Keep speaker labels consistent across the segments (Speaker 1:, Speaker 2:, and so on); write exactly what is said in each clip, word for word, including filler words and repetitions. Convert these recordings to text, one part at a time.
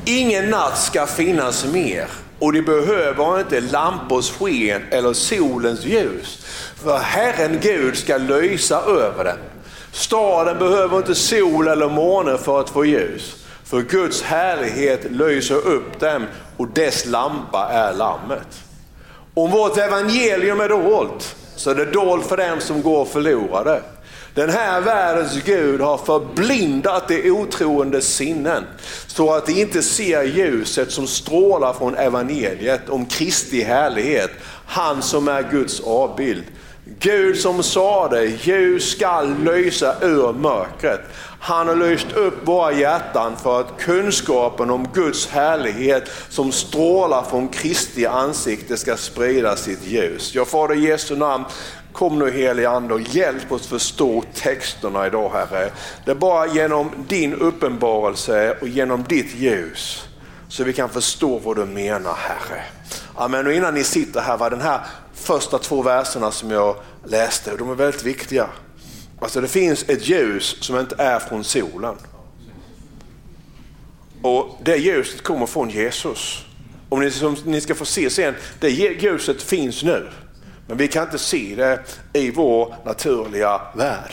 Speaker 1: ingen natt ska finnas mer. Och det behöver inte lampors sken eller solens ljus. För Herren Gud ska lysa över den. Staden behöver inte sol eller måne för att få ljus. För Guds härlighet lyser upp dem och dess lampa är lammet. Om vårt evangelium är dolt så är det dolt för dem som går förlorade. Den här världens Gud har förblindat de otroende sinnen så att de inte ser ljuset som strålar från evangeliet om Kristi härlighet. Han som är Guds avbild. Gud som sa det, ljus ska lysa ur mörkret. Han har lyst upp våra hjärtan för att kunskapen om Guds härlighet som strålar från Kristi ansikte ska sprida sitt ljus. Jag får det i Jesu namn. Kom nu helig ande och hjälp oss förstå texterna idag, Herre. Det är bara genom din uppenbarelse och genom ditt ljus så vi kan förstå vad du menar, Herre. Amen. Och innan ni sitter här var den här första två verserna som jag läste, och de är väldigt viktiga. Alltså det finns ett ljus som inte är från solen. Och det ljuset kommer från Jesus. Om ni, som ni ska få se sen, det ljuset finns nu. Men vi kan inte se det i vår naturliga värld.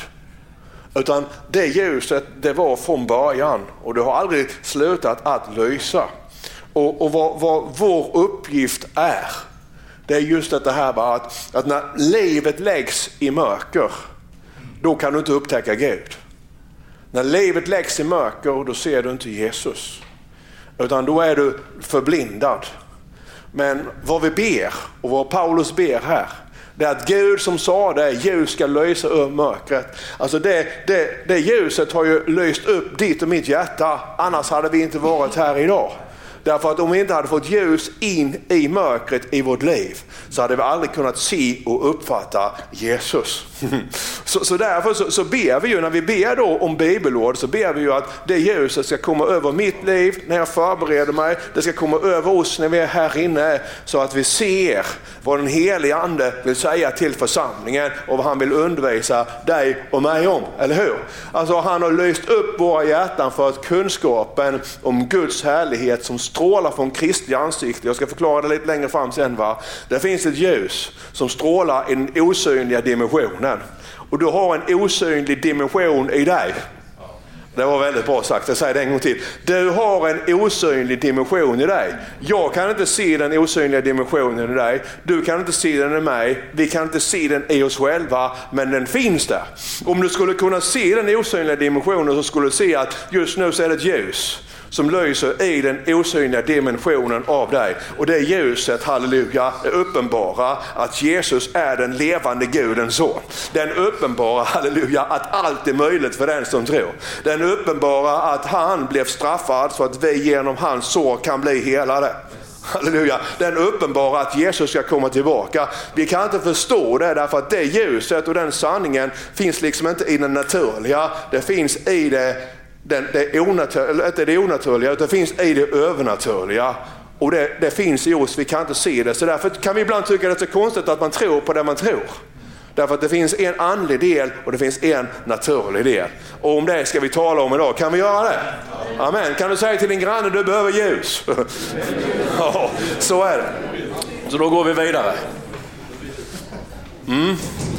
Speaker 1: Utan det ljuset, det var från början och det har aldrig slutat att lysa. Och, och vad, vad vår uppgift är, det är just det här att, att när livet läggs i mörker, då kan du inte upptäcka Gud. När livet läggs i mörker, då ser du inte Jesus. Utan då är du förblindad. Men vad vi ber och vad Paulus ber här, det är att Gud som sa det, ljus ska lysa ur mörkret. Alltså det, det, det ljuset har ju lyst upp ditt och mitt hjärta, annars hade vi inte varit här idag. Därför att om vi inte hade fått ljus in i mörkret i vårt liv så hade vi aldrig kunnat se och uppfatta Jesus. Så, så därför så, så ber vi ju, när vi ber då om bibelord, så ber vi ju att det ljuset ska komma över mitt liv när jag förbereder mig. Det ska komma över oss när vi är här inne så att vi ser vad den helige ande vill säga till församlingen och vad han vill undervisa dig och mig om, eller hur? Alltså han har lyst upp våra hjärtan för att kunskapen om Guds härlighet som strålar från Kristi ansikte. Jag ska förklara det lite längre fram sen, va? Det finns ett ljus som strålar i den osynliga dimensionen. Och du har en osynlig dimension i dig. Det var väldigt bra sagt, jag säger det en gång till. Du har en osynlig dimension i dig. Jag kan inte se den osynliga dimensionen i dig. Du kan inte se den i mig. Vi kan inte se den i oss själva, men den finns där. Om du skulle kunna se den osynliga dimensionen så skulle du se att just nu så är det ett ljus som lyser i den osynliga dimensionen av dig. Och det ljuset, halleluja, är uppenbara att Jesus är den levande Gudens son. Den uppenbara, halleluja, att allt är möjligt för den som tror. Den uppenbara att han blev straffad så att vi genom hans sår kan bli helade. Halleluja. Den uppenbara att Jesus ska komma tillbaka. Vi kan inte förstå det därför att det ljuset och den sanningen finns liksom inte i den naturliga. Det finns i det Den, det, onaturliga, inte det onaturliga, utan det finns i det övernaturliga. Och det, det finns i oss, vi kan inte se det. Så därför kan vi ibland tycka att det är så konstigt att man tror på det man tror. Därför att det finns en andlig del och det finns en naturlig del. Och om det ska vi tala om idag. Kan vi göra det? Amen. Kan du säga till din granne, du behöver ljus? Ja, så är det. Så då går vi vidare. Mm.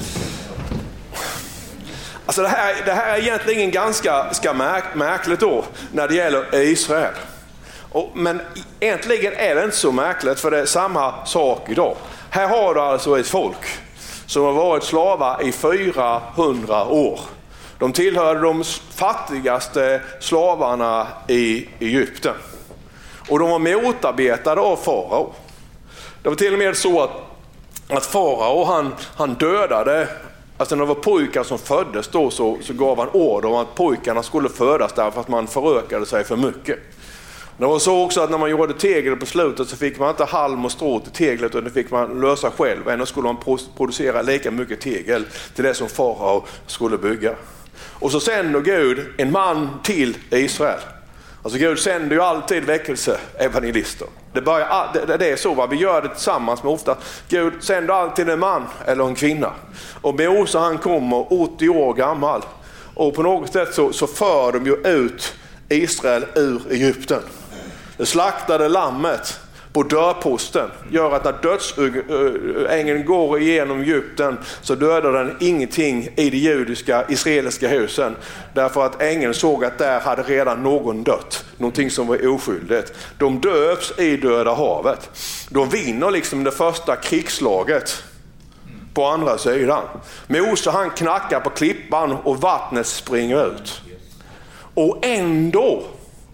Speaker 1: Alltså det här, det här är egentligen ganska ska märk, märkligt då när det gäller Israel. Och, men egentligen är det inte så märkligt för det är samma sak idag. Här har du alltså ett folk som har varit slavar i fyrahundra år. De tillhörde de fattigaste slavarna i Egypten. Och de var motarbetade av farao. Det var till och med så att, att farao han, han dödade. Alltså när det var pojkar som föddes då så, så gav han order om att pojkarna skulle födas därför att man förökade sig för mycket. Det var så också att när man gjorde tegel på slutet så fick man inte halm och strå till teglet utan det fick man lösa själv. Ändå skulle man producera lika mycket tegel till det som farao skulle bygga. Och så sänder Gud en man till Israel. Alltså Gud sänder ju alltid väckelseevangelister. Det, börjar, det, det är så, va? Vi gör det tillsammans med ofta. Gud sänder alltid en man eller en kvinna. Och Mose han kommer åttio år gammal. Och på något sätt så, så för de ju ut Israel ur Egypten. Det slaktade lammet på dörrposten gör att när dödsängeln går igenom Egypten så dödar den ingenting i de judiska israeliska husen. Därför att ängeln såg att där hade redan någon dött. Någonting som var oskyldigt. De döps i Döda havet. De vinner liksom det första krigslaget på andra sidan. Mose han knackar på klippan och vattnet springer ut. Och ändå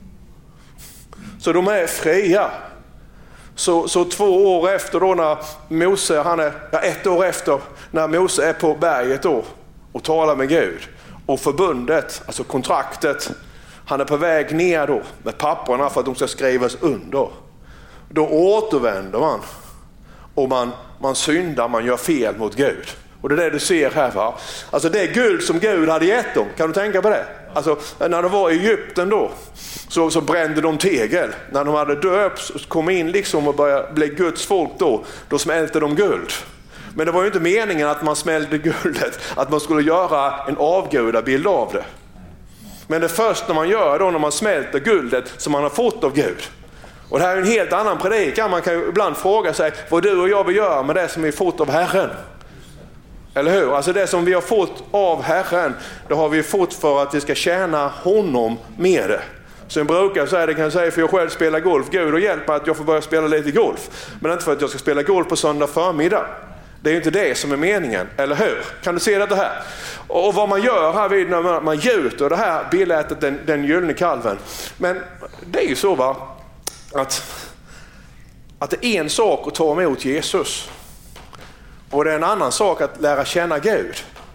Speaker 1: så de är fria. Så, så två år efter då när Mose, han är, ja, ett år efter när Mose är på berget då och talar med Gud och förbundet, alltså kontraktet, han är på väg ner då med papperna för att de ska skrivas under. Då återvänder man och man, man syndar, man gör fel mot Gud. Och det är det du ser här, va? Alltså det guld som Gud hade gett dem, kan du tänka på det? Alltså när de var i Egypten då så, så brände de tegel. När de hade döpts och kom in liksom och började bli Guds folk då, då smälte de guld. Men det var ju inte meningen att man smälte guldet, att man skulle göra en avgudabild av det. Men det är först när man gör då, när man smälter guldet som man har fått av Gud. Och det här är en helt annan predikan. Man kan ju ibland fråga sig vad du och jag vill göra med det som vi fått av Herren. Eller hur? Alltså det som vi har fått av Herren, det har vi fått för att vi ska tjäna honom med det. Så jag brukar säga, det kan jag säga för jag själv spelar golf. Gud och hjälp mig att jag får börja spela lite golf. Men inte för att jag ska spela golf på söndag förmiddag. Det är ju inte det som är meningen, eller hur? Kan du se det här? Och vad man gör här vid när man gjuter det här billätet, den, den gyllene kalven. Men det är ju så, va? Att, att det är en sak att ta emot Jesus. Och det är en annan sak att lära känna Gud.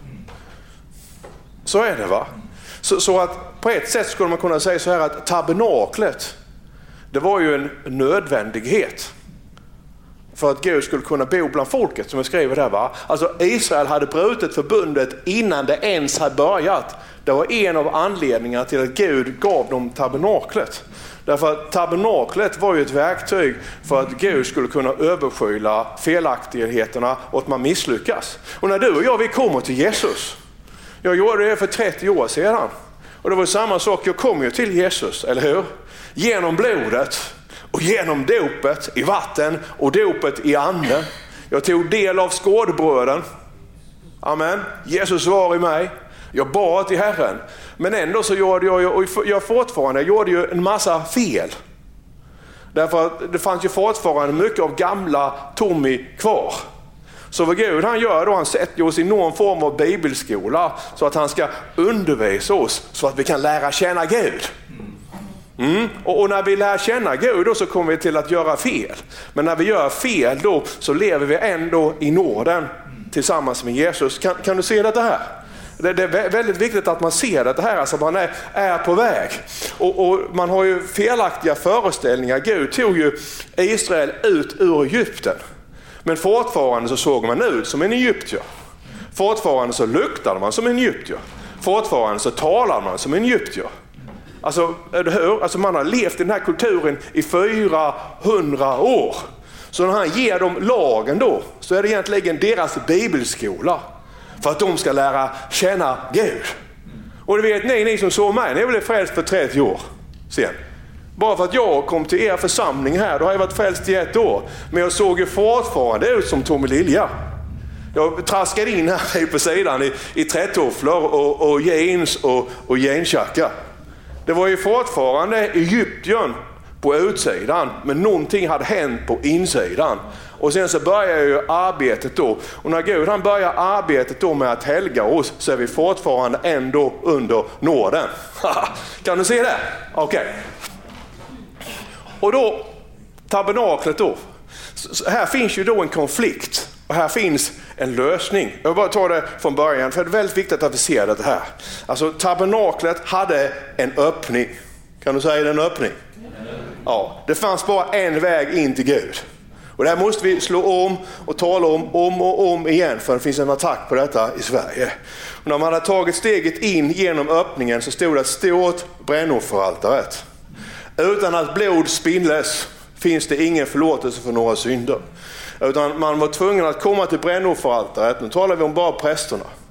Speaker 1: Så är det, va? Så, så att på ett sätt skulle man kunna säga så här att tabernaklet, det var ju en nödvändighet för att Gud skulle kunna bo bland folket, som jag skriver där, va? Alltså Israel hade brutit förbundet innan det ens hade börjat. Det var en av anledningarna till att Gud gav dem tabernaklet. Därför att tabernaklet var ju ett verktyg för att Gud skulle kunna överskyla felaktigheterna och att man misslyckas. Och när du och jag, vi kommer till Jesus. Jag gjorde det för trettio år sedan. Och det var samma sak, jag kom ju till Jesus, eller hur? Genom blodet och genom dopet i vatten och dopet i anden. Jag tog del av skådebröden. Amen. Jesus var i mig. Jag bad till Herren. Men ändå så gjorde jag, och jag fortfarande, jag gjorde ju en massa fel. Därför att det fanns ju fortfarande mycket av gamla Tommy kvar. Så vad Gud han gör då, han sätter oss i någon form av bibelskola så att han ska undervisa oss så att vi kan lära känna Gud. Mm. Och, och när vi lär känna Gud då så kommer vi till att göra fel. Men när vi gör fel då så lever vi ändå i nåden tillsammans med Jesus. Kan, kan du se det här? Det, det är väldigt viktigt att man ser det här, alltså man är, är på väg. Och, och man har ju felaktiga föreställningar. Gud tog ju Israel ut ur Egypten. Men fortfarande så såg man ut som en egyptier. Fortfarande så luktade man som en egyptier. Fortfarande så talade man som en egyptier. Alltså, alltså man har levt i den här kulturen i fyrahundra år. Så när han ger dem lagen då, så är det egentligen deras bibelskola. För att de ska lära känna Gud. Och det vet ni, ni som såg mig, ni blev frälst för trettio år sen. Bara för att jag kom till er församling här, då har jag varit frälst i ett år. Men jag såg ju fortfarande ut som Tommy Lilja. Jag traskade in här på sidan i, i trätofflor och, och jeans och, och jeansjacka. Det var ju fortfarande Egypten på utsidan, men någonting hade hänt på insidan. Och sen så börjar ju arbetet då. Och när Gud han börjar arbetet då med att helga oss, så är vi fortfarande ändå under nåden. Kan du se det? Okej. Okay. Och då, tabernaklet då. Så här finns ju då en konflikt. Och här finns en lösning. Jag vill bara ta det från början, för det är väldigt viktigt att vi ser det här. Alltså tabernaklet hade en öppning. Kan du säga en öppning? Ja, det fanns bara en väg in till Gud. Och det här måste vi slå om och tala om om och om igen, för det finns en attack på detta i Sverige. Och när man hade tagit steget in genom öppningen så stod det ett stort brännofferaltaret. Utan att blod spilles finns det ingen förlåtelse för några synder. Utan man var tvungen att komma till brännofferaltaret. Nu talar vi om bara prästerna.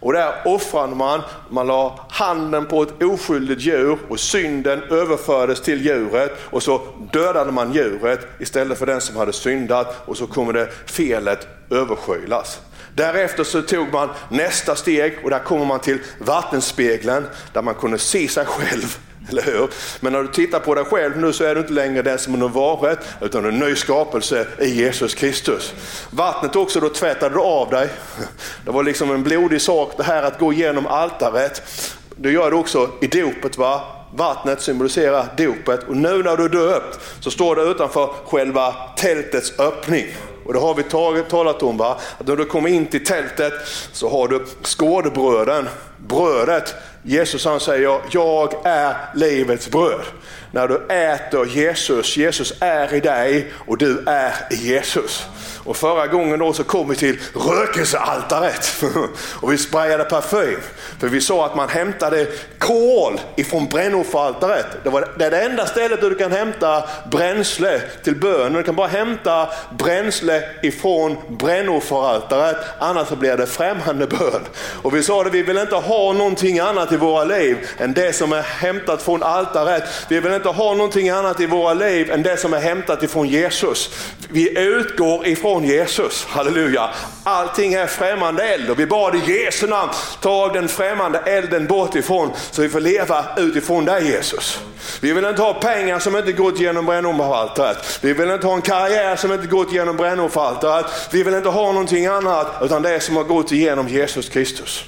Speaker 1: Och där offrade man, man la handen på ett oskyldigt djur och synden överfördes till djuret och så dödade man djuret istället för den som hade syndat och så kommer det felet överskylas. Därefter så tog man nästa steg och där kommer man till vattenspegeln där man kunde se sig själv. Eller hur? Men när du tittar på dig själv nu så är du inte längre den som du har varit utan en ny skapelse i Jesus Kristus. Vattnet också, då tvättade du av dig. Det var liksom en blodig sak det här att gå igenom altaret. Det gör du också i dopet, va? Vattnet symboliserar dopet och nu när du är döpt så står det utanför själva tältets öppning. Och det har vi tagit, talat om, va? Att när du kommer in till tältet så har du skådebröden, brödet. Jesus han säger, jag är livets bröd. När du äter Jesus, Jesus är i dig och du är i Jesus. Och förra gången då så kom vi till rökelsealtaret och vi sprayade parfym. För vi sa att man hämtade kol ifrån brännofferaltaret. Det, var, det är det enda stället där du kan hämta bränsle till bön. Du kan bara hämta bränsle ifrån brännofferaltaret, annars så blir det främmande bön. Och vi sa att vi vill inte ha någonting annat i våra liv än det som är hämtat från altaret. Vi vill inte ha någonting annat i våra liv än det som är hämtat ifrån Jesus. Vi utgår ifrån Jesus, halleluja. Allting är främmande eld och vi bad i Jesu namn, ta den främmande elden bort ifrån så vi får leva utifrån dig Jesus. Vi vill inte ha pengar som inte gått genom brännofferaltaret. Vi vill inte ha en karriär som inte gått genom brännofferaltaret. Vi vill inte ha någonting annat utan det som har gått igenom Jesus Kristus.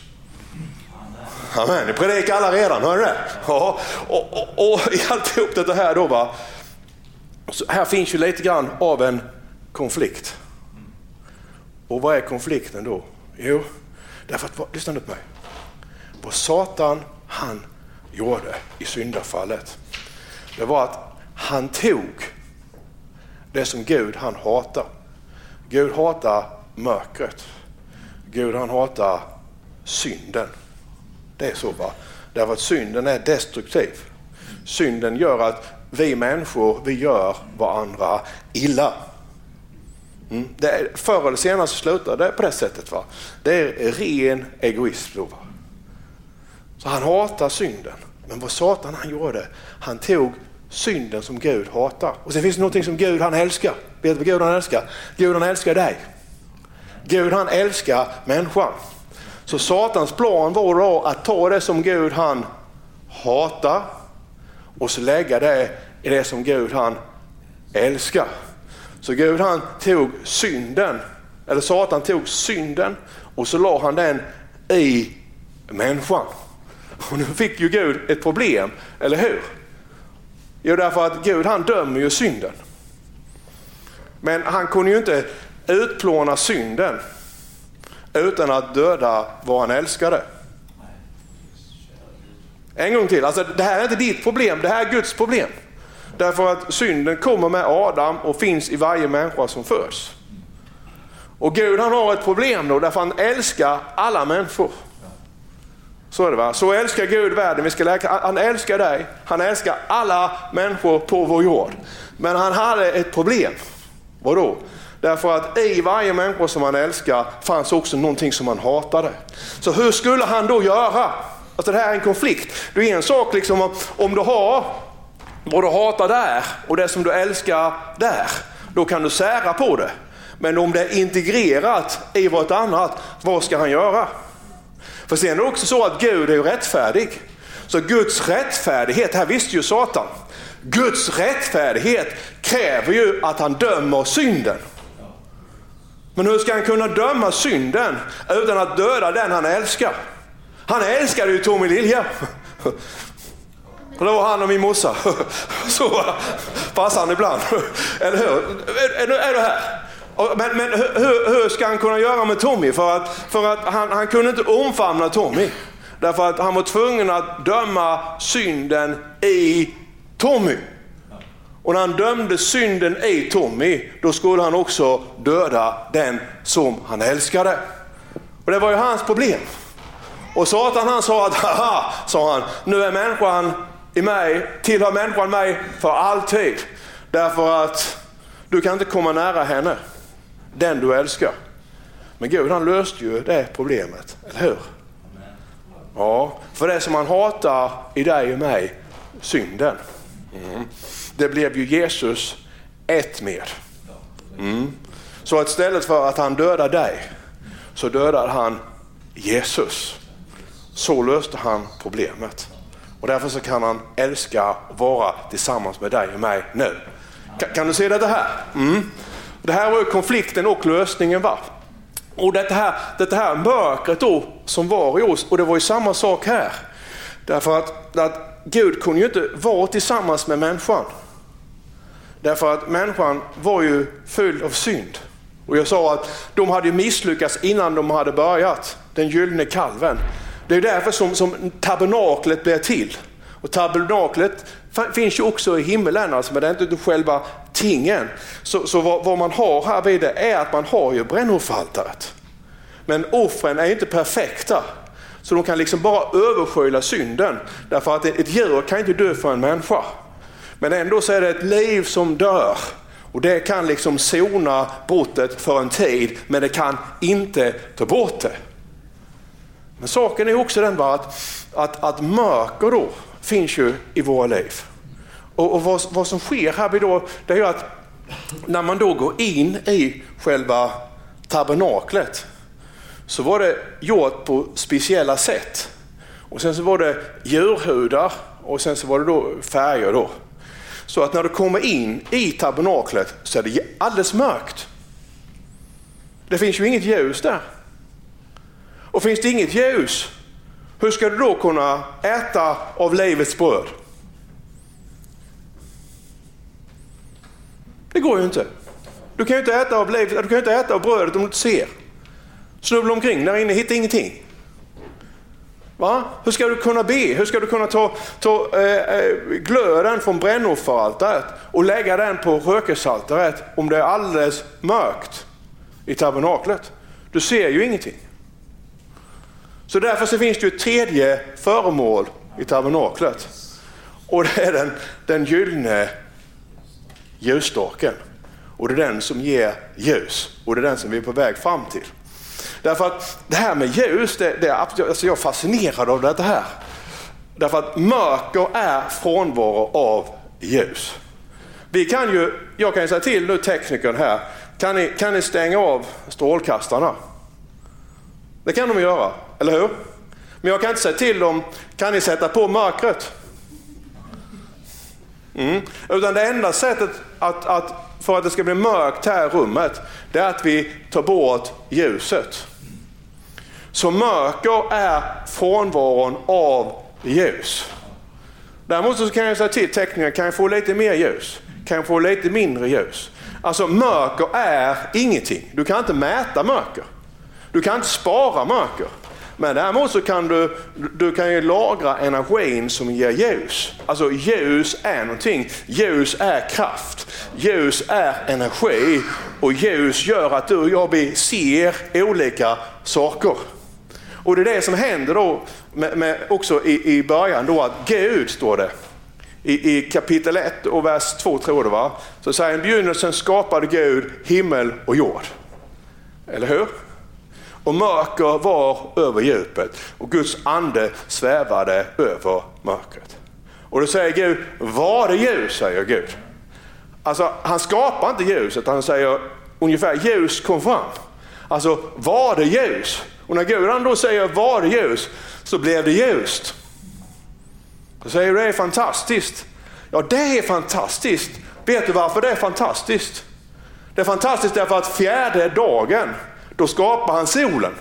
Speaker 1: Amen, ni predikar alla redan, hör ni det? Ja, och, och, och i alltihop det här då, va? Så här finns ju lite grann av en konflikt. Och vad är konflikten då? Jo, därför att, lyssna nu på mig. Vad Satan han gjorde i syndafallet, det var att han tog det som Gud han hatar. Gud hatar mörkret. Gud han hatar synden. Det är så, va? Därför att synden är destruktiv. Synden gör att vi människor, vi gör varandra illa. Mm. Det är, förr eller senare så slutar det på det sättet, va? Det är ren egoism då, va? Så han hatar synden. Men vad Satan han gjorde, han tog synden som Gud hatar. Och sen finns det någonting som Gud han älskar. Vet du vad Gud han älskar? Gud han älskar dig. Gud han älskar människan. Så Satans plan var då att ta det som Gud han hatar och så lägga det i det som Gud han älskar. Så Gud han tog synden, eller Satan tog synden och så la han den i människan. Och nu fick ju Gud ett problem, eller hur? Jo, därför att Gud han dömer ju synden. Men han kunde ju inte utplåna synden utan att döda vad han älskade. En gång till, alltså det här är inte ditt problem, det här är Guds problem. Därför att synden kommer med Adam och finns i varje människa som föds. Och Gud han har ett problem då, därför han älskar alla människor. Så är det, va? Så älskar Gud världen, vi ska läka. Han älskar dig, han älskar alla människor på vår jord. Men han hade ett problem. Vadå? Därför att i varje människa som han älskar fanns också någonting som han hatade. Så hur skulle han då göra? Alltså det här är en konflikt. Det är en sak liksom om, om du har vad du hatar där och det som du älskar där, då kan du sära på det. Men om det är integrerat i vad annat, vad ska han göra? För sen är det också så att Gud är ju rättfärdig. Så Guds rättfärdighet, här visste ju Satan. Guds rättfärdighet kräver ju att han dömer synden. Men hur ska han kunna döma synden utan att döda den han älskar? Han älskade ju Tommy Lilja. Och då var han och min morsa. Så passar han ibland. Eller hur? Är, är, är du här? Men, men hur, hur ska han kunna göra med Tommy? För att, för att han, han kunde inte omfamna Tommy. Därför att han var tvungen att döma synden i Tommy. Och när han dömde synden i Tommy, då skulle han också döda den som han älskade. Och det var ju hans problem. Och Satan han sa att, haha, sa han, nu är människan i mig, tillhör människan mig för alltid. Därför att du kan inte komma nära henne, den du älskar. Men Gud han löste ju det problemet, eller hur? Ja, för det som han hatar i dig och mig, synden. Mm. Det blev ju Jesus ett med. Mm. Så istället för att han dödar dig så dödar han Jesus. Så löste han problemet. Och därför så kan han älska och vara tillsammans med dig och mig nu. Kan, kan du se det här? Mm. Det här var ju konflikten och lösningen var. Och det här, det här mörkret då som var i oss, och det var ju samma sak här. Därför att, att Gud kunde ju inte vara tillsammans med människan. Därför att människan var ju full av synd. Och jag sa att de hade misslyckats innan de hade börjat. Den gyllene kalven. Det är därför som, som tabernaklet blev till. Och tabernaklet finns ju också i himmelen, alltså, men det är inte själva tingen. Så, så vad, vad man har här vid det är att man har ju brännofferaltaret. Men offren är inte perfekta. Så de kan liksom bara översköla synden. Därför att ett djur kan inte dö för en människa. Men ändå så är det ett liv som dör. Och det kan liksom sona brottet för en tid, men det kan inte ta bort det. Men saken är också den var att, att, att mörker då finns ju i våra liv. Och, och vad, vad som sker här då, det är ju att när man då går in i själva tabernaklet så var det gjort på speciella sätt. Och sen så var det djurhudar och sen så var det då färger då. Så att när du kommer in i tabernaklet så är det alldeles mörkt. Det finns ju inget ljus där. Och finns det inget ljus, hur ska du då kunna äta av livets bröd? Det går ju inte. Du kan ju inte äta av livet, du kan ju inte äta av brödet om du inte ser. Snubbla omkring där inne, hitta ingenting. Va? Hur ska du kunna be? Hur ska du kunna ta, ta äh, glöden från brännofferaltaret och lägga den på rökelsealtaret om det är alldeles mörkt i tabernaklet? Du ser ju ingenting. Så därför så finns det ju ett tredje föremål i tabernaklet. Och det är den, den gyllene ljusstaken. Och det är den som ger ljus. Och det är den som vi är på väg fram till. Därför att det här med ljus, det, det är, alltså jag är fascinerad av det här. Därför att mörker är frånvaro av ljus. Vi kan ju, jag kan ju säga till nu teknikern här, kan ni, kan ni stänga av strålkastarna? Det kan de göra, eller hur? Men jag kan inte säga till dem, kan ni sätta på mörkret? Mm. Utan det enda sättet att, att, för att det ska bli mörkt här i rummet, det är att vi tar bort ljuset. Så mörker är frånvaron av ljus. Däremot så kan jag säga till tekniker, kan jag få lite mer ljus? Kan jag få lite mindre ljus? Alltså mörker är ingenting. Du kan inte mäta mörker. Du kan inte spara mörker. Men däremot så kan du, du kan ju lagra energin som ger ljus. Alltså ljus är någonting. Ljus är kraft. Ljus är energi. Och ljus gör att du och jag ser olika saker. Och det är det som händer då med, med också i, i början då att Gud står det. I, i kapitel ett och vers två tror det va. Så säger en begynnelsen skapade Gud himmel och jord. Eller hur? Och mörker var över djupet och Guds ande svävade över mörkret. Och då säger Gud, var det ljus, säger Gud. Alltså han skapar inte ljuset, han säger ungefär ljus kom fram. Alltså var det ljus? Och när Gud han då säger var det ljus så blev det ljust. Då säger du det är fantastiskt. Ja det är fantastiskt. Vet du varför det är fantastiskt? Det är fantastiskt därför att fjärde dagen då skapar han solen.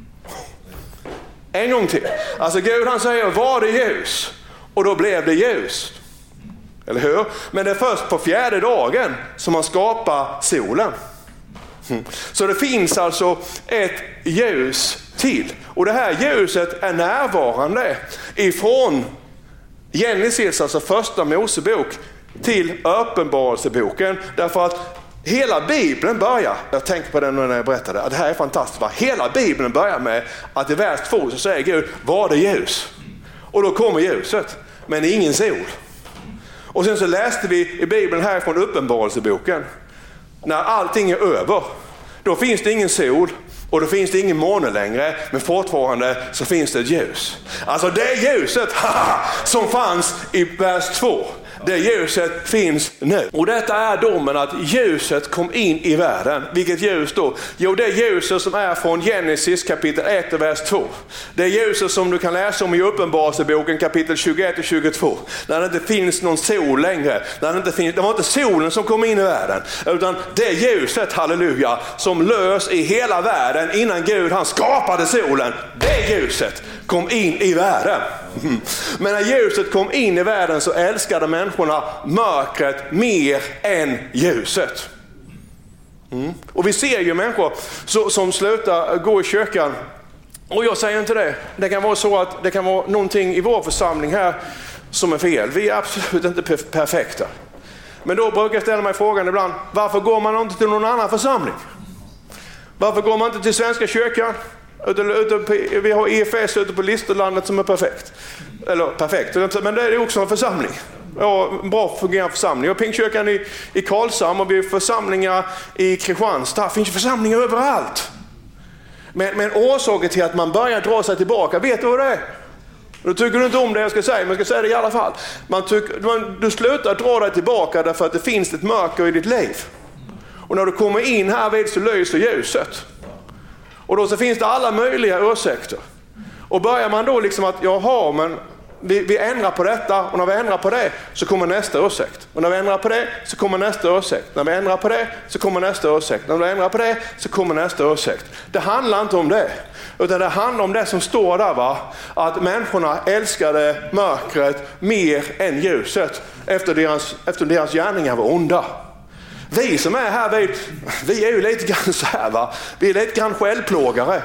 Speaker 1: En gång till. Alltså Gud han säger var det ljus och då blev det ljus. Eller hur? Men det är först på fjärde dagen som man skapar solen. Så det finns alltså ett ljus till. Och det här ljuset är närvarande ifrån Genesis, alltså första Mosebok, till Uppenbarelseboken. Därför att hela Bibeln börjar, jag tänker på det när jag berättade, att det här är fantastiskt. Va? Hela Bibeln börjar med att i vers två så säger Gud, var det ljus? Och då kommer ljuset, men ingen sol. Och sen så läste vi i Bibeln här från Uppenbarelseboken. När allting är över, då finns det ingen sol Och då finns det ingen måne längre, men fortfarande så finns det ett ljus. Alltså det ljuset haha, som fanns i vers två. Det ljuset finns nu. Och detta är domen att ljuset kom in i världen. Vilket ljus då? Jo, det ljuset som är från Genesis kapitel ett och vers två. Det ljuset som du kan läsa om i Uppenbarelseboken kapitel tjugoett och tjugotvå. När det inte finns någon sol längre. När det, inte finns, det var inte solen som kom in i världen. Utan det ljuset, halleluja, som lös i hela världen innan Gud han skapade solen. Det ljuset kom in i världen. Men när ljuset kom in i världen så älskade människorna mörkret mer än ljuset. Mm. Och vi ser ju människor så, som slutar gå i kyrkan. Och jag säger inte det. Det kan vara så att det kan vara någonting i vår församling här som är fel. Vi är absolut inte perfekta. Men då brukar jag ställa mig frågan ibland, varför går man inte till någon annan församling? Varför går man inte till Svenska kyrkan? Vi har E F S ute på Listerlandet som är perfekt. Eller perfekt, men det är också en församling. Ja, en bra fungerande församling. Och Pingstkyrkan i, i Karlshamn och vi har församlingar i Kristianstad. Det finns församlingar överallt. Men, men orsaken till att man börjar dra sig tillbaka, vet du vad det är? Då tycker du inte om det jag ska säga, men jag ska säga det i alla fall. Man tycker, man, du slutar dra dig tillbaka därför att det finns ett mörker i ditt liv. Och när du kommer in här vid så lyser ljuset. Och då så finns det alla möjliga ursäkter. Och börjar man då liksom att, jaha, men vi, vi ändrar på detta. Och när vi ändrar på det så kommer nästa ursäkt. Och när vi ändrar på det så kommer nästa ursäkt. När vi ändrar på det så kommer nästa ursäkt. När vi ändrar på det så kommer nästa ursäkt. Det handlar inte om det. Utan det handlar om det som står där, va? Att människorna älskade mörkret mer än ljuset. Efter deras, efter deras gärningar var onda. Vi som är här, vi, vi är ju lite grann så här, va? Vi är lite grann självplågare.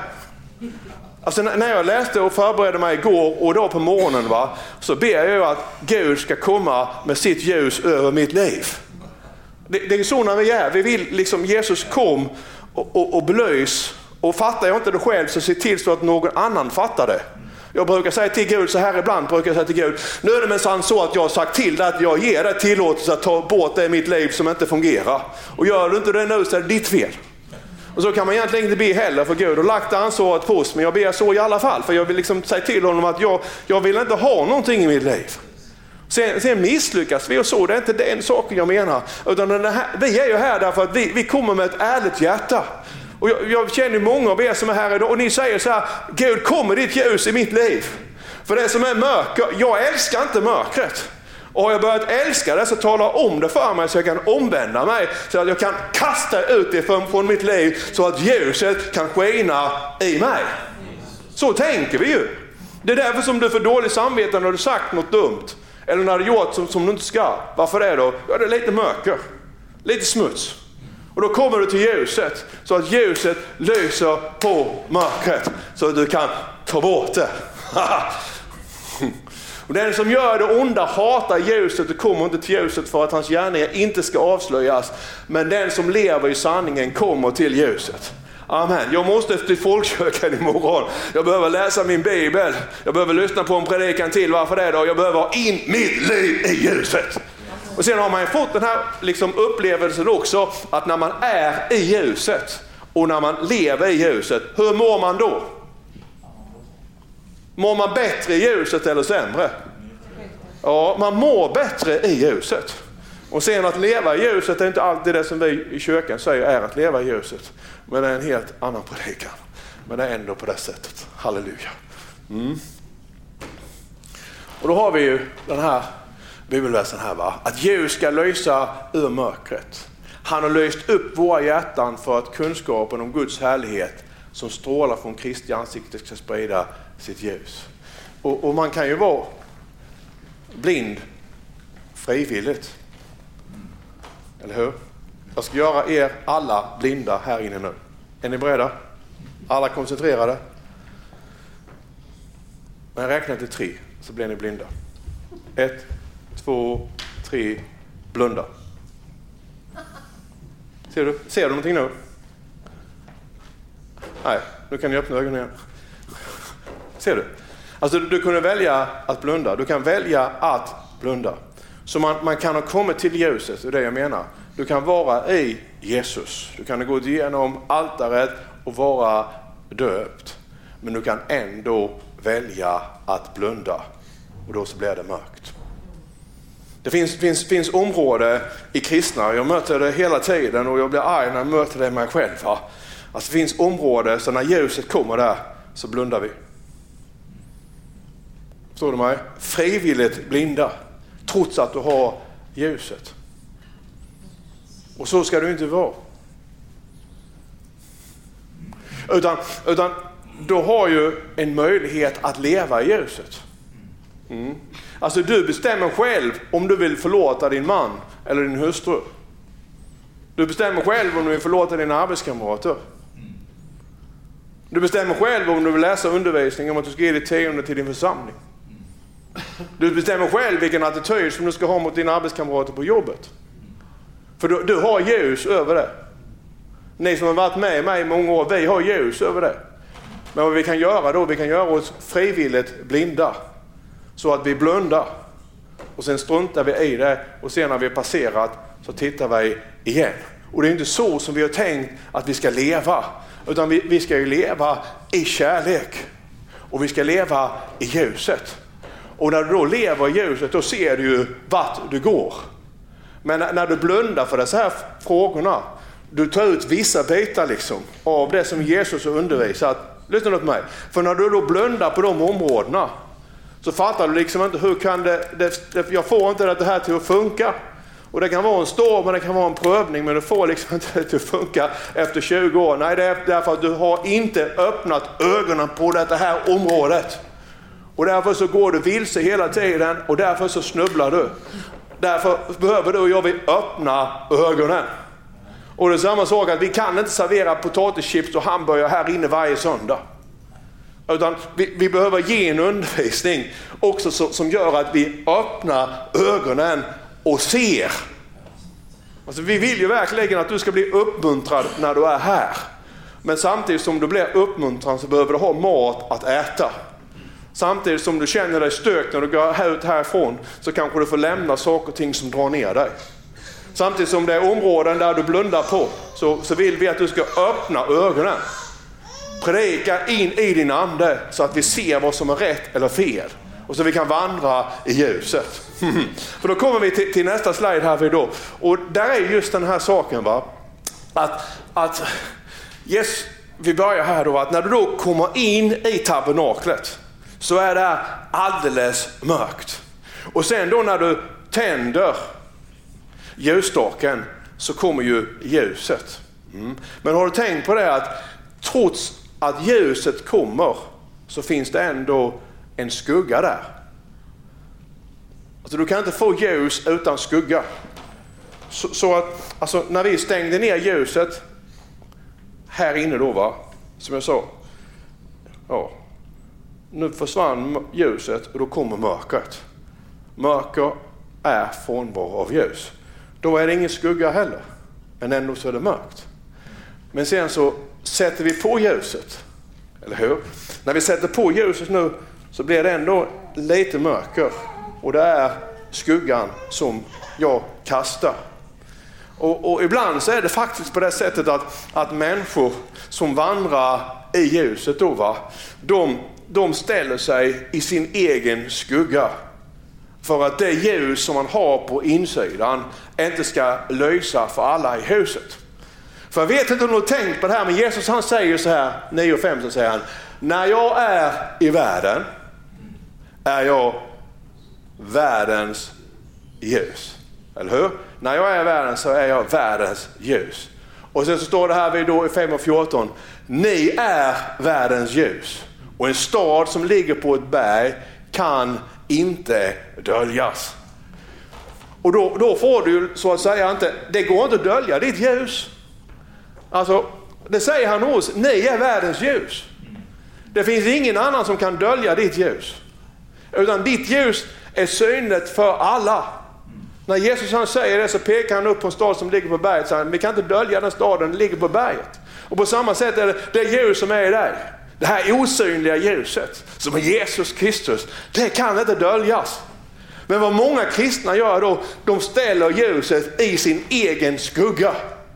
Speaker 1: Alltså när jag läste och förberedde mig igår och då på morgonen, va, så ber jag ju att Gud ska komma med sitt ljus över mitt liv. Det, det är så när vi är. Vi vill liksom Jesus kom och, och, och belös. Och fattar jag inte det själv så se till så att någon annan fattar det. Jag brukar säga till Gud så här ibland, brukar jag säga till Gud, nu är det minsann så att jag har sagt till dig att jag ger dig tillåtelse att ta bort det i mitt liv som inte fungerar. Och gör du inte det nu så är det ditt fel. Och så kan man egentligen inte be heller för Gud och lagt ansvaret på oss, men jag ber så i alla fall. För jag vill liksom säga till honom att jag, jag vill inte ha någonting i mitt liv. Sen, sen misslyckas vi och så, det är inte den saken jag menar. Utan den här, vi är ju här därför att vi, vi kommer med ett ärligt hjärta. Och jag, jag känner många av er som är här idag och ni säger så här, Gud kommer ditt ljus i mitt liv. För det som är mörker, jag älskar inte mörkret. Och har jag börjat älska det så tala om det för mig så jag kan omvända mig. Så att jag kan kasta ut det från, från mitt liv så att ljuset kan skina i mig. Så tänker vi ju. Det är därför som du får dålig samvete när du sagt något dumt. Eller när du gjort som, som du inte ska. Varför är det då? Ja, det är lite mörker. Lite smuts. Och då kommer du till ljuset så att ljuset lyser på mörkret så att du kan ta bort det. Och den som gör det onda hatar ljuset och kommer inte till ljuset för att hans gärningar inte ska avslöjas. Men den som lever i sanningen kommer till ljuset. Amen. Jag måste till folkkyrkan imorgon. Jag behöver läsa min bibel. Jag behöver lyssna på en predikan till. Varför det då? Jag behöver ha in mitt liv i ljuset. Och sen har man ju fått den här liksom upplevelsen också att när man är i ljuset och när man lever i ljuset, hur mår man då? Mår man bättre i ljuset eller sämre? Ja, man mår bättre i ljuset. Och sen att leva i ljuset är inte alltid det som vi i kyrkan säger är att leva i ljuset. Men det är en helt annan predikan. Men det är ändå på det sättet. Halleluja. Mm. Och då har vi ju den här bibelversen här, va? Att ljus ska lysa ur mörkret. Han har löst upp våra hjärtan för att kunskapen om Guds härlighet som strålar från Kristi ansikte ska sprida sitt ljus. Och, och man kan ju vara blind frivilligt. Eller hur? Jag ska göra er alla blinda här inne nu. Är ni beredda? Alla koncentrerade? När jag räknar till tre så blir ni blinda. Ett, två, tre, blunda. Ser du? Ser du någonting nu? Nej, nu kan ni öppna ögonen igen. Ser du? Alltså du, du kunde välja att blunda. Du kan välja att blunda. Så man, man kan ha kommit till ljuset, det är det jag menar. Du kan vara i Jesus. Du kan gå igenom altaret att vara döpt. Men du kan ändå välja att blunda. Och då så blir det mörkt. Det finns, finns, finns områden i kristna, jag möter det hela tiden och jag blir arg när jag möter det mig själv. Va? Alltså det finns områden så när ljuset kommer där så blundar vi. Förstår du mig? Frivilligt blinda. Trots att du har ljuset. Och så ska du inte vara. Utan, utan du har ju en möjlighet att leva i ljuset. Mm. Alltså du bestämmer själv om du vill förlåta din man eller din hustru. Du bestämmer själv om du vill förlåta dina arbetskamrater. Du bestämmer själv om du vill läsa undervisning om att du ska ge ditt tionde till din församling. Du bestämmer själv vilken attityd som du ska ha mot dina arbetskamrater på jobbet. För du, du har ljus över det. Ni som har varit med mig i många år, vi har ljus över det. Men vad vi kan göra då, vi kan göra oss frivilligt blinda. Så att vi blundar. Och sen struntar vi i det. Och sen när vi har passerat så tittar vi igen. Och det är inte så som vi har tänkt att vi ska leva. Utan vi, vi ska ju leva i kärlek. Och vi ska leva i ljuset. Och när du då lever i ljuset då ser du ju vart du går. Men när, när du blundar för dessa här frågorna. Du tar ut vissa bitar liksom av det som Jesus har undervisat. Lyssna på mig. För när du då blundar på de områdena. Så fattar du liksom inte hur kan det, det, det jag får inte det här till att funka. Och det kan vara en storm och det kan vara en prövning. Men du får liksom inte det till att funka efter tjugo år. Nej, det är därför att du har inte öppnat ögonen på det här området. Och därför så går du vilse hela tiden. Och därför så snubblar du. Därför behöver du och jag vill öppna ögonen. Och det är samma sak att vi kan inte servera potatischips och hamburgare här inne varje söndag. Utan vi, vi behöver ge en undervisning också så, som gör att vi öppnar ögonen och ser. Alltså vi vill ju verkligen att du ska bli uppmuntrad när du är här. Men samtidigt som du blir uppmuntrad så behöver du ha mat att äta. Samtidigt som du känner dig stök när du går ut härifrån så kanske du får lämna saker och ting som drar ner dig. Samtidigt som det är områden där du blundar på så, så vill vi att du ska öppna ögonen. Predika in i din ande så att vi ser vad som är rätt eller fel. Och så vi kan vandra i ljuset. För då kommer vi till, till nästa slide här för då. Och där är just den här saken va. Att, att yes, vi börjar här då att när du då kommer in i tabernaklet så är det alldeles mörkt. Och sen då när du tänder ljusstaken så kommer ju ljuset. Mm. Men har du tänkt på det att trots att ljuset kommer så finns det ändå en skugga där. Alltså du kan inte få ljus utan skugga. Så, så att alltså, när vi stängde ner ljuset här inne då va, som jag sa. Ja. Nu försvann ljuset och då kommer mörkret. Mörker är frånvaro av ljus. Då är det ingen skugga heller. Men ändå så är det mörkt. Men sen så sätter vi på ljuset. Eller hur? När vi sätter på ljuset nu så blir det ändå lite mörker. Och det är skuggan som jag kastar. Och, och ibland så är det faktiskt på det sättet att, att människor som vandrar i ljuset då va. De, de ställer sig i sin egen skugga. För att det ljus som man har på insidan inte ska lysa för alla i huset. För jag vet inte om du har tänkt på det här, men Jesus han säger så här, nio och fem så säger han. När jag är i världen är jag världens ljus. Eller hur? När jag är i världen så är jag världens ljus. Och sen så står det här vid då i fem och fjorton. Ni är världens ljus. Och en stad som ligger på ett berg kan inte döljas. Och då, då får du så att säga inte, det går inte att dölja ditt ljus. Alltså, det säger han hos, ni är världens ljus. Det finns ingen annan som kan dölja ditt ljus. Utan ditt ljus är synligt för alla. När Jesus han säger det så pekar han upp på en stad som ligger på berget. Så han, vi kan inte dölja den staden, den ligger på berget. Och på samma sätt är det det ljus som är i dig. Det här osynliga ljuset som är Jesus Kristus, det kan inte döljas. Men vad många kristna gör då, de ställer ljuset i sin egen skugga.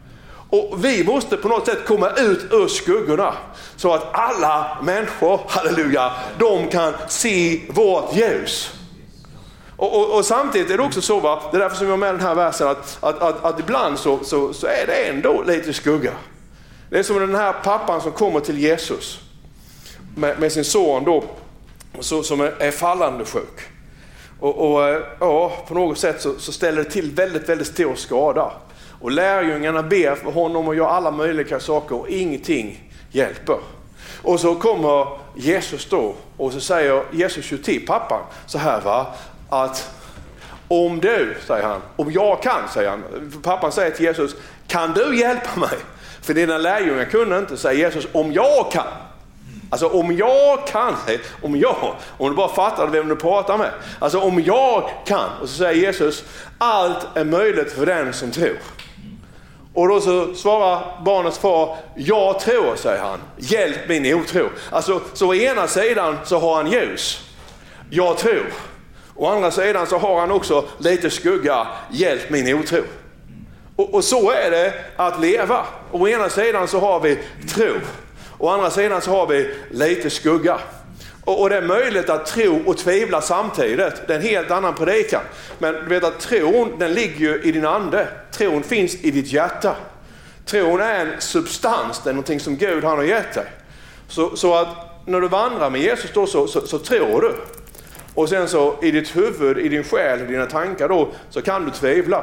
Speaker 1: Och vi måste på något sätt komma ut ur skuggorna så att alla människor, halleluja, de kan se vårt ljus. Och, och, och samtidigt är det också så, va? Det är därför som jag har med den här versen, att, att, att, att ibland så, så, så är det ändå lite skugga. Det är som den här pappan som kommer till Jesus med, med sin son då, så, som är, är fallande sjuk. Och, och ja, på något sätt så, så ställer det till väldigt, väldigt stor skada. Och lärjungarna ber för honom och gör alla möjliga saker och ingenting hjälper. Och så kommer Jesus då och så säger Jesus ju till pappan så här, va, att om du, säger han, om jag kan, säger han. Pappan säger till Jesus, kan du hjälpa mig? För dina lärjungar kunde inte säga Jesus, om jag kan. Alltså om jag kan, om jag, om du bara fattar vem du pratar med. Alltså om jag kan. Och så säger Jesus, allt är möjligt för den som tror. Och då så svarar barnets far, jag tror, säger han, hjälp min otro. Alltså så å ena sidan så har han ljus, jag tror. Å andra sidan så har han också lite skugga, hjälp min otro. Och, och så är det att leva. Å ena sidan så har vi tro. Å andra sidan så har vi lite skugga. Och, och det är möjligt att tro och tvivla samtidigt. Det är en helt annan predikan. Men du vet att tron, den ligger ju i din ande. Tron finns i ditt hjärta. Tron är en substans, det är någonting som Gud han har gett dig. Så, så att när du vandrar med Jesus då så, så, så tror du. Och sen så i ditt huvud, i din själ, i dina tankar då, så kan du tvivla.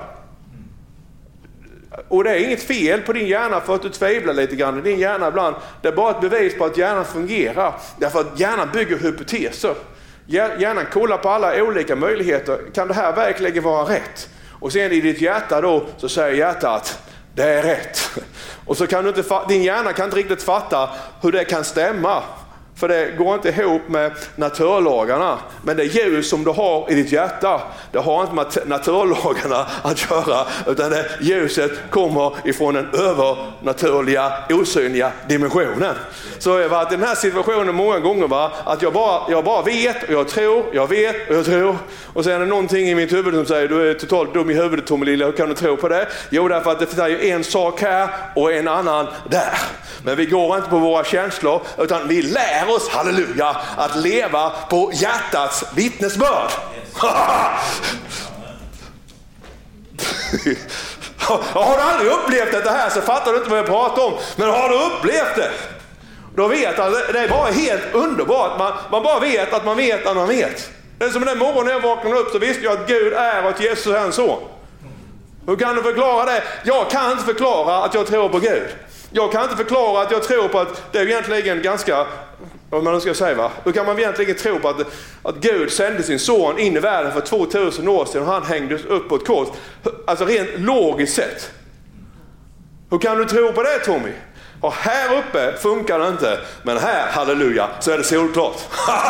Speaker 1: Och det är inget fel på din hjärna för att du tvivlar lite grann i din hjärna ibland. Det är bara ett bevis på att hjärnan fungerar. Därför att hjärnan bygger hypoteser. Hjärnan kollar på alla olika möjligheter. Kan det här verkligen vara rätt? Och sen i ditt hjärta då så säger hjärtat att det är rätt. Och så kan du inte, din hjärna kan inte riktigt fatta hur det kan stämma. För det går inte ihop med naturlagarna. Men det ljus som du har i ditt hjärta, det har inte med naturlagarna att göra. Utan det ljuset kommer ifrån den övernaturliga, osynliga dimensionen. Så jag har varit i den här situationen många gånger, va? Att jag bara, jag bara vet och jag tror, jag vet och jag tror. Och sen är det någonting i mitt huvud som säger, du är totalt dum i huvudet, Tommy Lilla, hur kan du tro på det? Jo, därför att det är ju en sak här och en annan där. Men vi går inte på våra känslor, utan vi lär oss, halleluja, att leva på hjärtats vittnesbörd. Har du aldrig upplevt det här så fattar du inte vad jag pratar om. Men har du upplevt det, då vet att det är bara helt underbart. Man, man bara vet att man vet att man vet. Det är som den morgonen när jag vaknade upp så visste jag att Gud är och att Jesus är en son. Hur kan du förklara det? Jag kan inte förklara att jag tror på Gud. Jag kan inte förklara att jag tror på att det är egentligen ganska, vad man ska säga, va? Hur kan man egentligen tro på att, att Gud sände sin son in i världen för tvåtusen år sedan och han hängdes upp på ett kors? Alltså rent logiskt sett. Hur kan du tro på det, Tommy? Och här uppe funkar det inte, men här, halleluja, så är det solklart.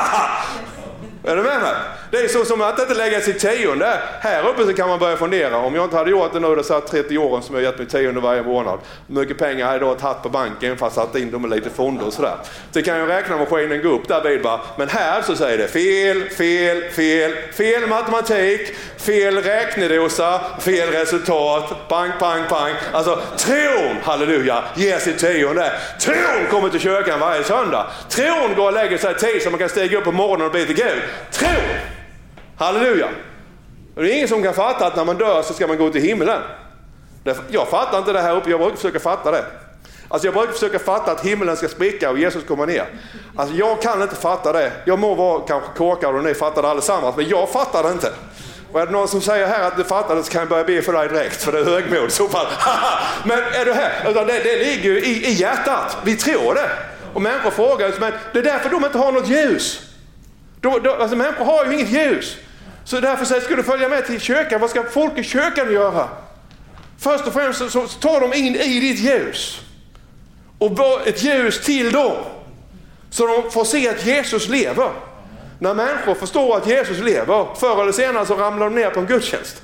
Speaker 1: Är du med mig? Det är så som att inte lägga sitt tionde. Här uppe så kan man börja fundera. Om jag inte hade gjort det nu, det satt trettio åren som jag gett mig tionde varje månad. Hur mycket pengar har jag då tagit på banken fast satt in dem med lite fonder och sådär. Så kan jag räkna maskinen gå upp där vid bara. Men här så säger det fel, fel, fel, fel matematik, fel räknedosa, fel resultat, pang, pang, pang. Alltså tron, halleluja, ger sitt tionde. Tron kommer till kyrkan varje söndag. Tron går och lägger sig tid så man kan stiga upp på morgonen och be till Gud. Tron! Halleluja. Och det är ingen som kan fatta att när man dör så ska man gå till himlen. Jag fattar inte det här uppe, jag brukar försöka fatta det. Alltså jag brukar försöka fatta att himlen ska spricka och Jesus kommer ner. Alltså jag kan inte fatta det. Jag må vara kanske korkad och ni fattar det allesammans, men jag fattar det inte. Och är det någon som säger här att du fattar det så kan jag börja be för dig direkt, för det är högmod i så fall. Men är du här? Utan det, det ligger ju i, i hjärtat. Vi tror det. Och människor frågar oss, men det är därför de inte har något ljus. Då, då, alltså människor har ju inget ljus. Så därför säger ska du följa med till kyrkan. Vad ska folk i kyrkan göra? Först och främst så, så tar de in i ditt ljus. Och ett ljus till dem. Så de får se att Jesus lever. När människor förstår att Jesus lever, förr eller senare så ramlar de ner på en gudstjänst.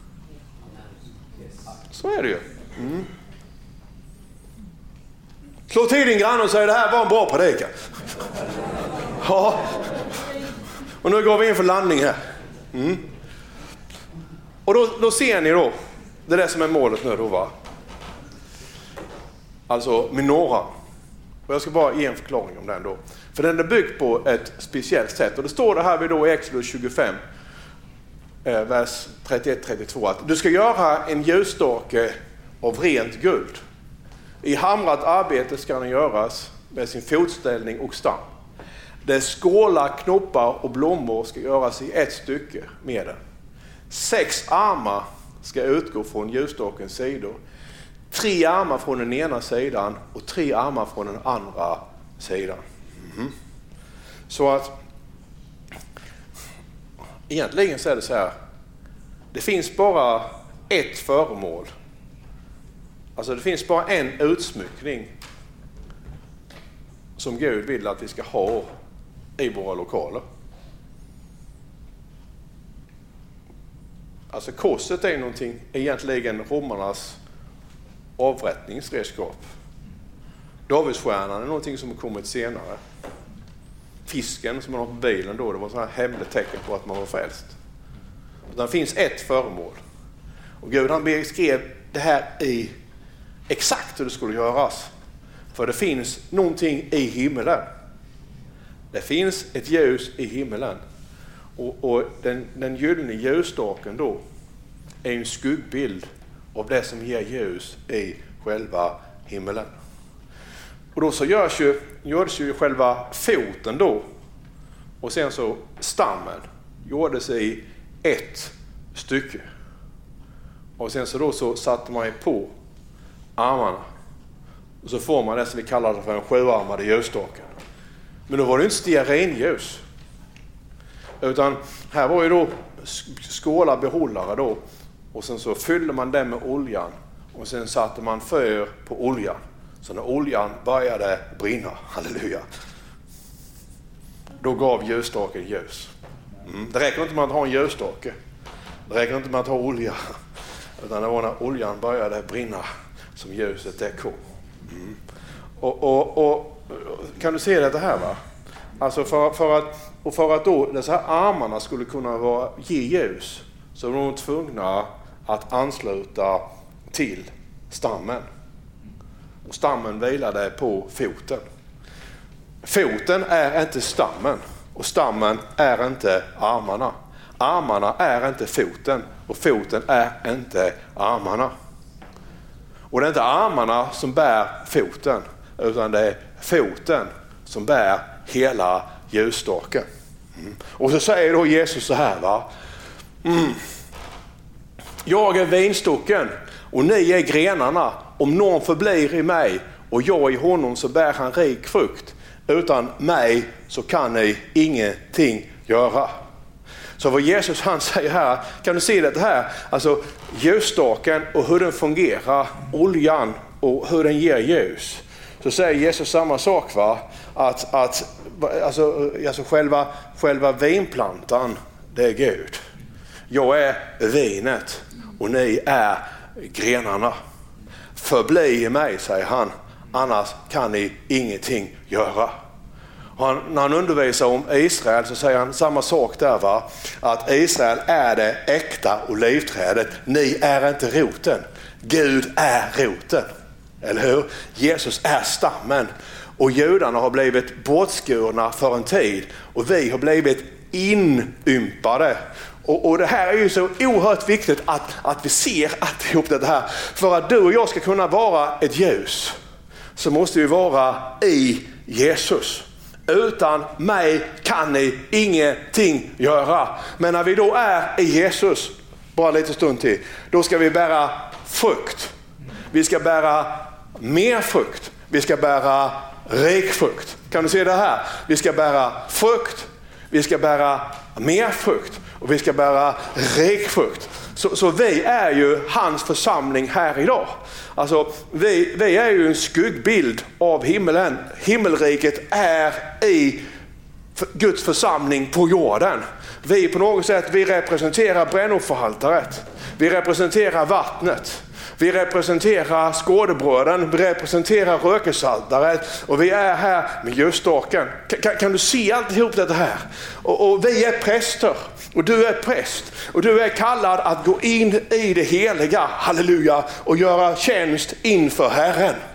Speaker 1: Så är det ju. Mm. Slå till din grann och säg det här var en bra predikan. Ja. Och nu går vi in för landning här. Mm. Och då, då ser ni då, det är det som är målet nu då, va? alltså menorran. Och jag ska bara ge en förklaring om den då. För den är byggd på ett speciellt sätt. Och det står det här vid då i Exodus tjugofem, vers trettioett trettiotvå, att du ska göra en ljusstake av rent guld. I hamrat arbete ska den göras med sin fotställning och stam. Dess skålar, knoppar och blommor ska göras i ett stycke med den. Sex armar ska utgå från ljusstakens sidor. Tre armar från den ena sidan och tre armar från den andra sidan. Mm. Så att egentligen så är det så här. Det finns bara ett föremål. Alltså det finns bara en utsmyckning som Gud vill att vi ska ha i våra lokaler. Alltså korset är någonting, egentligen romarnas avrättningsredskap. Davidsstjärnan är någonting som har kommit senare. Fisken som man har på bilen då, det var så här hemligt tecken på att man var frälst. Det finns ett föremål. Och Gud han beskrev det här i exakt hur det skulle göras. För det finns någonting i himmelen. Det finns ett ljus i himmelen. Och, och den, den gyllene ljusstaken då är en skuggbild av det som ger ljus i själva himmelen. Och då så görs ju, görs ju själva foten då. Och sen så stammen gjordes i ett stycke. Och sen så då så satte man på armarna. Och så får man det som vi kallar för en sjuarmade ljusstaken. Men då var det inte stearinljus. Utan här var ju då skålar, behållare då. Och sen så fyllde man den med oljan. Och sen satte man för på oljan. Så när oljan började brinna, halleluja, då gav ljusstaken ljus. Mm. Det räcker inte med att ha en ljusstake. Det räcker inte med att ha olja. Utan det var när oljan började brinna som ljuset det kom. Mm. Och, och, och kan du se det här va? Alltså för, för att, och för att då dessa här armarna skulle kunna vara, ge ljus, så var de tvungna att ansluta till stammen. Och stammen vilade på foten. Foten är inte stammen och stammen är inte armarna. Armarna är inte foten och foten är inte armarna. Och det är inte armarna som bär foten utan det är foten som bär hela ljusstaken. Mm. Och så säger då Jesus så här va. Mm. Jag är vinstocken och ni är grenarna. Om någon förblir i mig och jag i honom så bär han rik frukt. Utan mig så kan ni ingenting göra. Så vad Jesus han säger här, kan du se det här? Alltså ljusstaken och hur den fungerar, oljan och hur den ger ljus. Så säger Jesus samma sak va? Att, att alltså, alltså själva, själva vinplantan, det är Gud. Jag är vinet och ni är grenarna. Förbli i mig, säger han, annars kan ni ingenting göra. Han, när han undervisar om Israel så säger han samma sak där va. Att Israel är det äkta olivträdet. Ni är inte roten. Gud är roten. Eller hur? Jesus är stammen. Och judarna har blivit bortskurna för en tid. Och vi har blivit inympade. Och, och det här är ju så oerhört viktigt att, att vi ser alltihop det här. För att du och jag ska kunna vara ett ljus så måste vi vara i Jesus. Utan mig kan ni ingenting göra. Men när vi då är i Jesus, bara lite stund till, då ska vi bära frukt. Vi ska bära mer frukt. Vi ska bära rik frukt. Kan du se det här? Vi ska bära frukt. Vi ska bära mer frukt. Och vi ska bära rik frukt. Så, så vi är ju hans församling här idag. Alltså vi, vi är ju en skuggbild av himmelen. Himmelriket är i Guds församling på jorden. Vi på något sätt, vi representerar brännofferaltaret. Vi representerar vattnet. Vi representerar skådebröden, vi representerar rökelsaltaret och vi är här med ljusstaken. Kan, kan du se alltihop det här? Och, och vi är präster och du är präst och du är kallad att gå in i det heliga, halleluja, och göra tjänst inför Herren.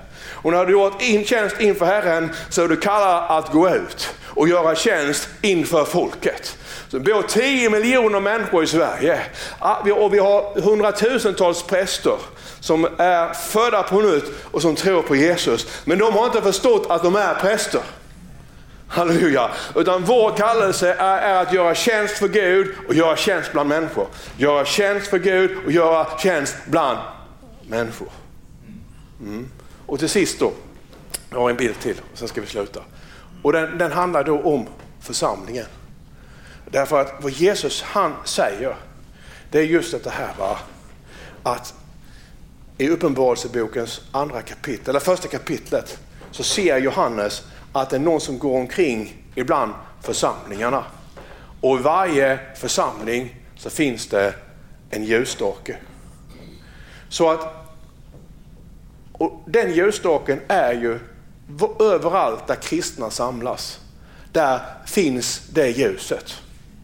Speaker 1: Och när du har gjort in tjänst inför Herren så är du kallad att gå ut och göra tjänst inför folket. Så det bor tio miljoner människor i Sverige och vi har hundratusentals präster som är födda på nytt och som tror på Jesus. Men de har inte förstått att de är präster. Halleluja. Utan vår kallelse är, är att göra tjänst för Gud och göra tjänst bland människor. Göra tjänst för Gud och göra tjänst bland människor. Mm. Och till sist då, jag har en bild till och sen ska vi sluta. Och den, den handlar då om församlingen. Därför att vad Jesus han säger, det är just det här, va? Att i Uppenbarelsebokens andra kapitel, eller första kapitlet, så ser Johannes att det är någon som går omkring ibland församlingarna. Och i varje församling så finns det en ljusstake. Så att, och den ljusstaken är ju överallt där kristna samlas. Där finns det ljuset.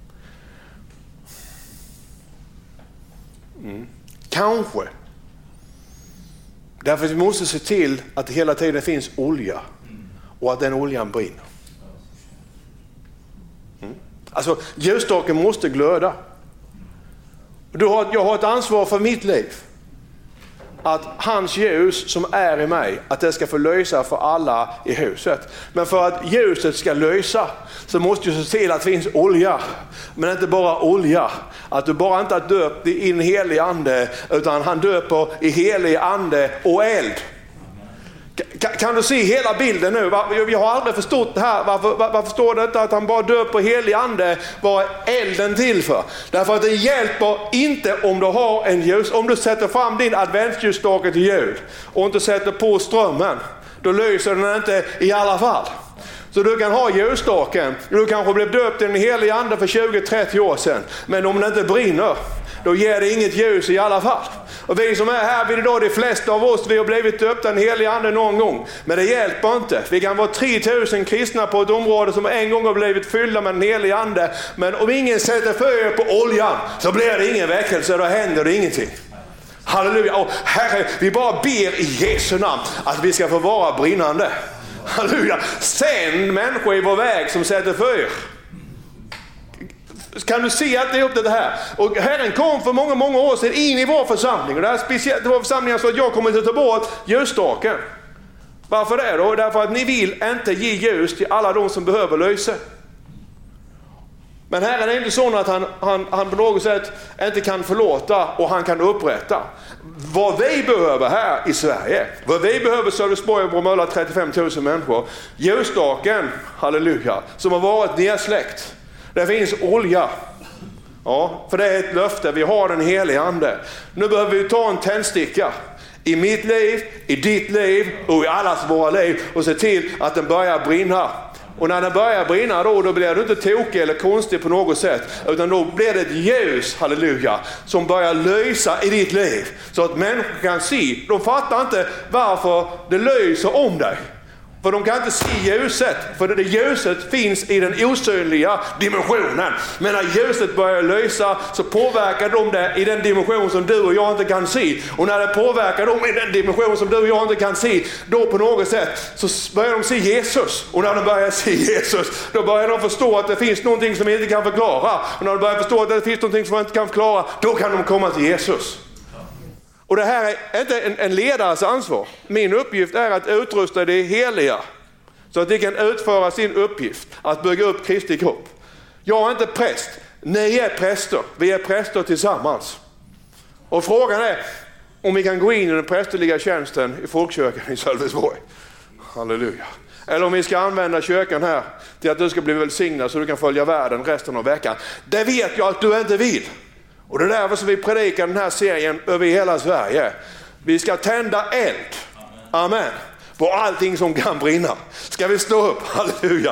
Speaker 1: Mm. Kanske. Därför att vi måste se till att det hela tiden finns olja. Och att den oljan brinner. Mm. Alltså ljusstaken måste glöda. Du har, jag har ett ansvar för mitt liv. Att hans ljus som är i mig, att det ska få lysa för alla i huset. Men för att ljuset ska lysa så måste du se till att det finns olja. Men inte bara olja. Att du bara inte har döpt i en helig ande, utan han döper i helig ande och eld. Kan, kan du se hela bilden nu? Vi har aldrig förstått det här. Varför, varför står det inte att han bara döper helig ande? Vad är elden till för? Därför att det hjälper inte om du har en ljus. Om du sätter fram din adventsljusstake till jul och inte sätter på strömmen, då lyser den inte i alla fall. Så du kan ha ljusstaken. Du kanske blev döpt i en helig ande för tjugo trettio år sedan. Men om den inte brinner, då ger det inget ljus i alla fall. Och vi som är här vid idag, de flesta av oss, vi har blivit döpta en helig ande någon gång. Men det hjälper inte. Vi kan vara tre tusen kristna på ett område som en gång har blivit fyllda med en helig ande. Men om ingen sätter fyr på oljan så blir det ingen väckelse, då händer det ingenting. Halleluja. Och Herre, vi bara ber i Jesu namn att vi ska få vara brinnande. Halleluja. Sänd människor i vår väg som sätter fyr. Kan du se att det är upp till det här? Och Herren kom för många, många år sedan in i vår församling. Och det, här speciellt, det var församlingen så att jag kommer inte ta bort ljusstaken. Varför det då? Därför att ni vill inte ge ljus till alla de som behöver lyse. Men Herren är inte sån att han, han, han på något sätt inte kan förlåta och han kan upprätta. Vad vi behöver här i Sverige, vad vi behöver Sölvesborg och Bromölla, trettiofem tusen människor. Ljusstaken, halleluja, som har varit nedsläckt. Det finns olja. Ja, för det är ett löfte. Vi har den heliga ande. Nu behöver vi ta en tändsticka i mitt liv, i ditt liv och i allas våra liv och se till att den börjar brinna. Och när den börjar brinna då, då blir du inte tokig eller konstig på något sätt. Utan då blir det ett ljus, halleluja, som börjar lysa i ditt liv. Så att människor kan se. De fattar inte varför det lyser om dig. För de kan inte se ljuset. För det ljuset finns i den osynliga dimensionen. Men när ljuset börjar lysa så påverkar de det i den dimension som du och jag inte kan se. Och när det påverkar dem i den dimension som du och jag inte kan se, då på något sätt så börjar de se Jesus. Och när de börjar se Jesus, då börjar de förstå att det finns någonting som de inte kan förklara. Och när de börjar förstå att det finns någonting som de inte kan förklara, då kan de komma till Jesus. Och det här är inte en, en ledares ansvar. Min uppgift är att utrusta det heliga. Så att de kan utföra sin uppgift. Att bygga upp Kristi kropp. Jag är inte präst. Ni är präster. Vi är präster tillsammans. Och frågan är om vi kan gå in i den prästerliga tjänsten i folkkyrkan i Sölvesborg. Halleluja. Eller om vi ska använda kyrkan här till att du ska bli välsignad så du kan följa världen resten av veckan. Det vet jag att du inte vill. Och det är därför som vi predikar den här serien över hela Sverige. Vi ska tända eld. Amen. På allting som kan brinna. Ska vi stå upp? Halleluja.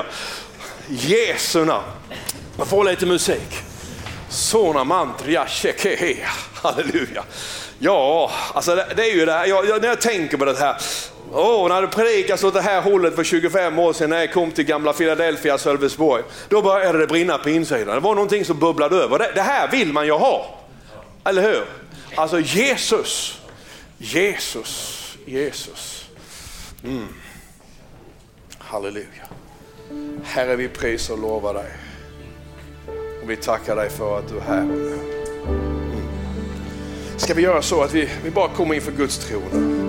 Speaker 1: Jesu namn. Man får lite musik. Sona mantria shekehe. Halleluja. Ja, alltså det, det är ju det här. Jag, jag, när jag tänker på det här. Åh, oh, när du predikas åt det här hållet för tjugofem år sedan när jag kom till gamla Philadelphia, Sölvesborg, då började det brinna på insidan. Det var någonting som bubblade över. Det, det här vill man ju ha. Eller hur? Alltså Jesus. Jesus. Jesus. Mm. Halleluja. Herre, vi prisar och lovar dig. Och vi tackar dig för att du är här och nu. Mm. Ska vi göra så att vi, vi bara kommer in för Guds tron?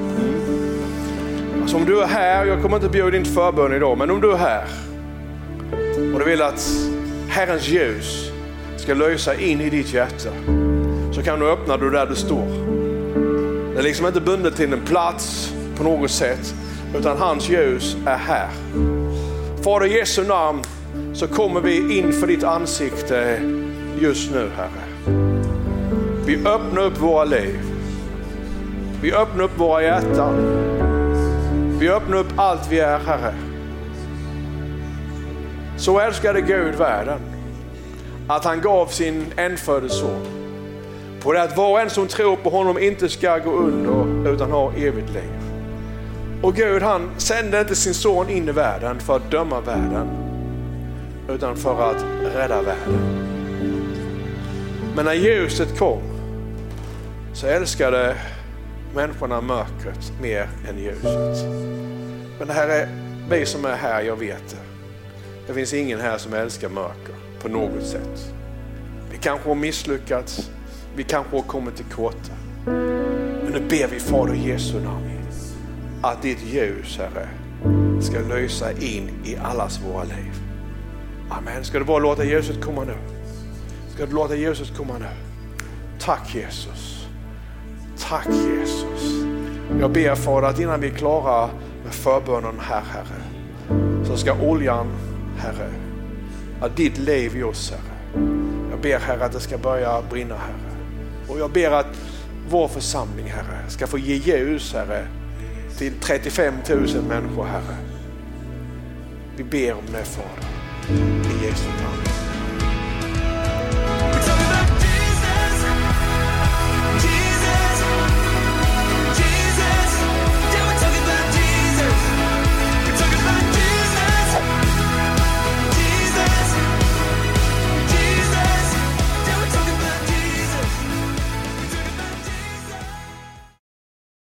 Speaker 1: Mm. Alltså om du är här, jag kommer inte bjuda in till förbön idag, men om du är här och du vill att Herrens ljus ska lösa in i ditt hjärta, så kan du öppna det där du står. Det är liksom inte bundet till en plats på något sätt, utan hans ljus är här. Fader i Jesu namn så kommer vi in för ditt ansikte just nu, Herre. Vi öppnar upp våra liv. Vi öppnar upp våra hjärtan. Vi öppnar upp allt vi är, Herre. Så älskade Gud världen att han gav sin enfödde son, på det att var och en som tror på honom inte ska gå under utan ha evigt liv. Och Gud, han sände inte sin son in i världen för att döma världen, utan för att rädda världen. Men när ljuset kom så älskade människorna mörkret mer än ljuset. Men det här är vi som är här, jag vet det. Det finns ingen här som älskar mörker på något sätt. Vi kanske har misslyckats, vi kanske har kommit till korta. Men nu ber vi, Fader i Jesu namn, att ditt ljus, Herre, ska lösa in i allas våra liv. Amen. Ska du bara låta ljuset komma nu? Ska du låta ljuset komma nu? Tack Jesus. Tack Jesus. Jag ber, Fader, att innan vi är klara med förbönen här, Herre, så ska oljan, Herre, att ditt liv i oss, Herre. Jag ber, Herre, att det ska börja brinna, Herre. Och jag ber att vår församling, Herre, ska få ge ljus, Herre, till trettiofem tusen människor, Herre. Vi ber om det, Fader, i Jesu namn.